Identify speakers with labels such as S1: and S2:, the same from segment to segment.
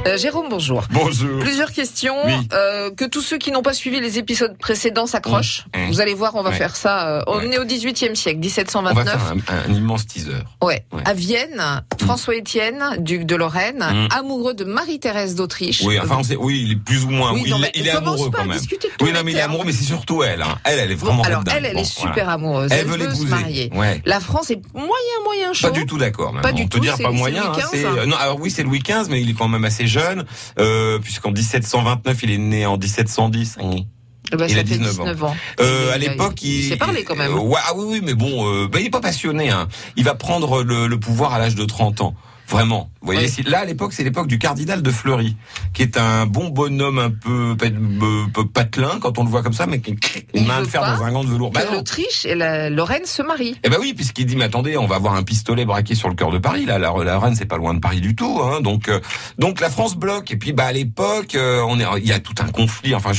S1: Jérôme, bonjour.
S2: Bonjour.
S1: Plusieurs questions.
S2: Oui.
S1: Que tous ceux qui n'ont pas suivi les épisodes précédents s'accrochent. Vous allez voir, on va faire ça. On est au XVIIIe siècle, 1729.
S2: On va faire un immense teaser.
S1: Ouais. À Vienne, François-Étienne, duc de Lorraine, amoureux de Marie-Thérèse d'Autriche.
S2: Oui, enfin, il est plus ou moins.
S1: Oui,
S2: il est amoureux quand même. Oui, non, mais il est amoureux, mais c'est surtout elle. Hein. Elle est vraiment.
S1: Alors, elle est super amoureuse. Elle veut se marier.
S2: Ouais.
S1: La France est moyen chaud.
S2: Pas du tout d'accord.
S1: Pas du
S2: on
S1: tout.
S2: peut dire pas moyen.
S1: C'est Louis XV,
S2: non, alors oui, c'est Louis XV, mais il est quand même assez jeune, puisqu'en 1729, il est né en 1710.
S1: Il a 19 ans.
S2: À l'époque,
S1: il s'est parlé quand même.
S2: Oui, mais bon, il est pas passionné. Hein. Il va prendre le pouvoir à l'âge de 30 ans. Vraiment. Vous voyez, là, à l'époque, c'est l'époque du cardinal de Fleury, qui est un bon bonhomme un peu patelin, quand on le voit comme ça, mais qui une main de fer dans un gant de velours.
S1: L'Autriche et la Lorraine se marient.
S2: Eh ben oui, puisqu'il dit, mais attendez, on va avoir un pistolet braqué sur le cœur de Paris, là. La Lorraine, c'est pas loin de Paris du tout, hein. Donc la France bloque. Et puis, à l'époque, il y a tout un conflit. Enfin,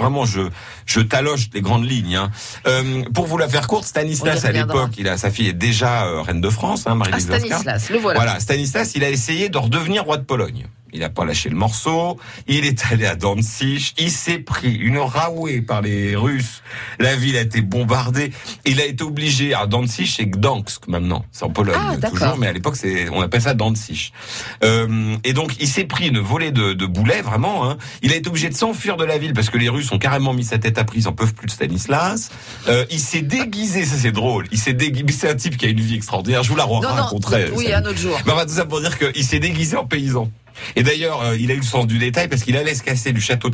S2: je taloche les grandes lignes, hein. Pour vous la faire courte, Stanislas, à l'époque, sa fille est déjà reine de France, hein, Marie-Louise.
S1: Stanislas, le voilà.
S2: Voilà, Stanislas, il a essayé de redevenir roi de Pologne. Il n'a pas lâché le morceau. Il est allé à Danzig. Il s'est pris une rawée par les Russes. La ville a été bombardée. Il a été obligé à Danzig et Gdansk maintenant. C'est en Pologne toujours, mais à l'époque on appelle ça Danzig. Et donc il s'est pris une volée de boulets vraiment. Hein. Il a été obligé de s'enfuir de la ville parce que les Russes ont carrément mis sa tête à prix. Ils en peuvent plus de Stanislas. Il s'est déguisé, ça c'est drôle. Il s'est déguisé. C'est un type qui a une vie extraordinaire. Je vous la raconterai.
S1: Oui, un autre jour.
S2: Mais on va tout ça pour dire qu'il s'est déguisé en paysan. Et d'ailleurs, il a eu le sens du détail parce qu'il allait se casser du château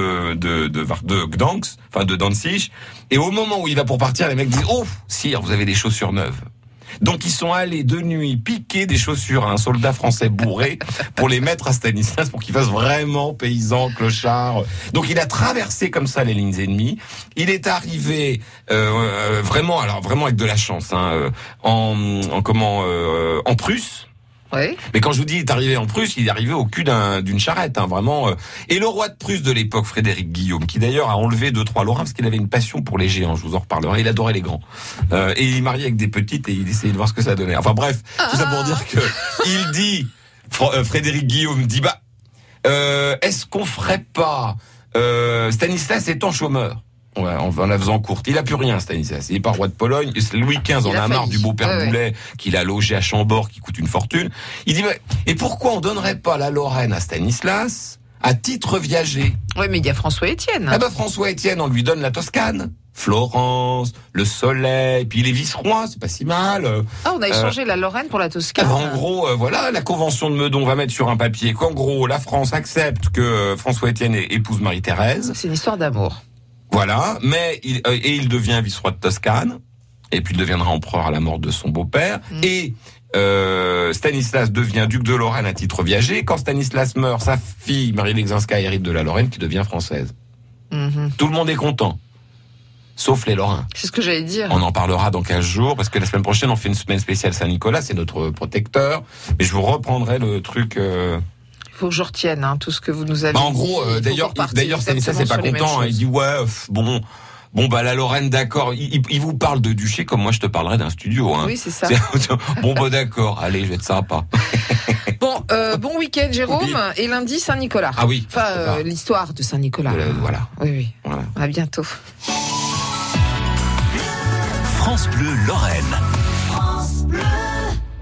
S2: de Gdansk, enfin de Danzig. Et au moment où il va pour partir, les mecs disent: "Oh, sire, vous avez des chaussures neuves." Donc ils sont allés de nuit piquer des chaussures à un soldat français bourré pour les mettre à Stanislas pour qu'il fasse vraiment paysan, clochard. Donc il a traversé comme ça les lignes ennemies. Il est arrivé vraiment avec de la chance, hein, en Prusse.
S1: Oui.
S2: Mais quand je vous dis il est arrivé en Prusse, il est arrivé au cul d'une charrette, hein, vraiment. Et le roi de Prusse de l'époque, Frédéric Guillaume, qui d'ailleurs a enlevé 2-3 lorrains parce qu'il avait une passion pour les géants, je vous en reparlerai. Il adorait les grands. Et il mariait avec des petites et il essayait de voir ce que ça donnait. Enfin bref, tout ça pour dire que il dit, Frédéric Guillaume dit, est-ce qu'on ferait pas Stanislas étant chômeur? Ouais, en la faisant courte. Il a plus rien, Stanislas. Il est pas roi de Pologne. Louis XV en a marre du beau-père Boulet qu'il a logé à Chambord, qui coûte une fortune. Il dit, et pourquoi on donnerait pas la Lorraine à Stanislas à titre viager?
S1: Oui, mais il y a François-Étienne.
S2: François-Étienne, on lui donne la Toscane. Florence, le soleil, puis les vice-rois, c'est pas si mal.
S1: On a échangé la Lorraine pour la Toscane.
S2: En gros, la convention de Meudon va mettre sur un papier qu'en gros, la France accepte que François-Étienne épouse Marie-Thérèse.
S1: C'est une histoire d'amour.
S2: Voilà, mais il devient vice-roi de Toscane, et puis il deviendra empereur à la mort de son beau-père, et Stanislas devient duc de Lorraine à titre viager. Quand Stanislas meurt, sa fille, Marie Lexinska, hérite de la Lorraine, qui devient française. Tout le monde est content, sauf les Lorrains.
S1: C'est ce que j'allais dire.
S2: On en parlera dans 15 jours, parce que la semaine prochaine, on fait une semaine spéciale Saint-Nicolas, c'est notre protecteur, mais je vous reprendrai le truc...
S1: Il faut que je retienne tout ce que vous nous avez
S2: en gros,
S1: dit.
S2: d'ailleurs, Stanislas c'est pas content. Il dit la Lorraine, d'accord. Il vous parle de duché comme moi je te parlerais d'un studio. Hein.
S1: Oui, c'est ça.
S2: D'accord. Allez, je vais être sympa.
S1: Bon week-end, Jérôme. Oui. Et lundi, Saint-Nicolas.
S2: Ah oui.
S1: Enfin, l'histoire de Saint-Nicolas.
S2: Voilà.
S1: Oui.
S2: Voilà.
S1: À bientôt.
S3: France Bleu Lorraine. France Bleu.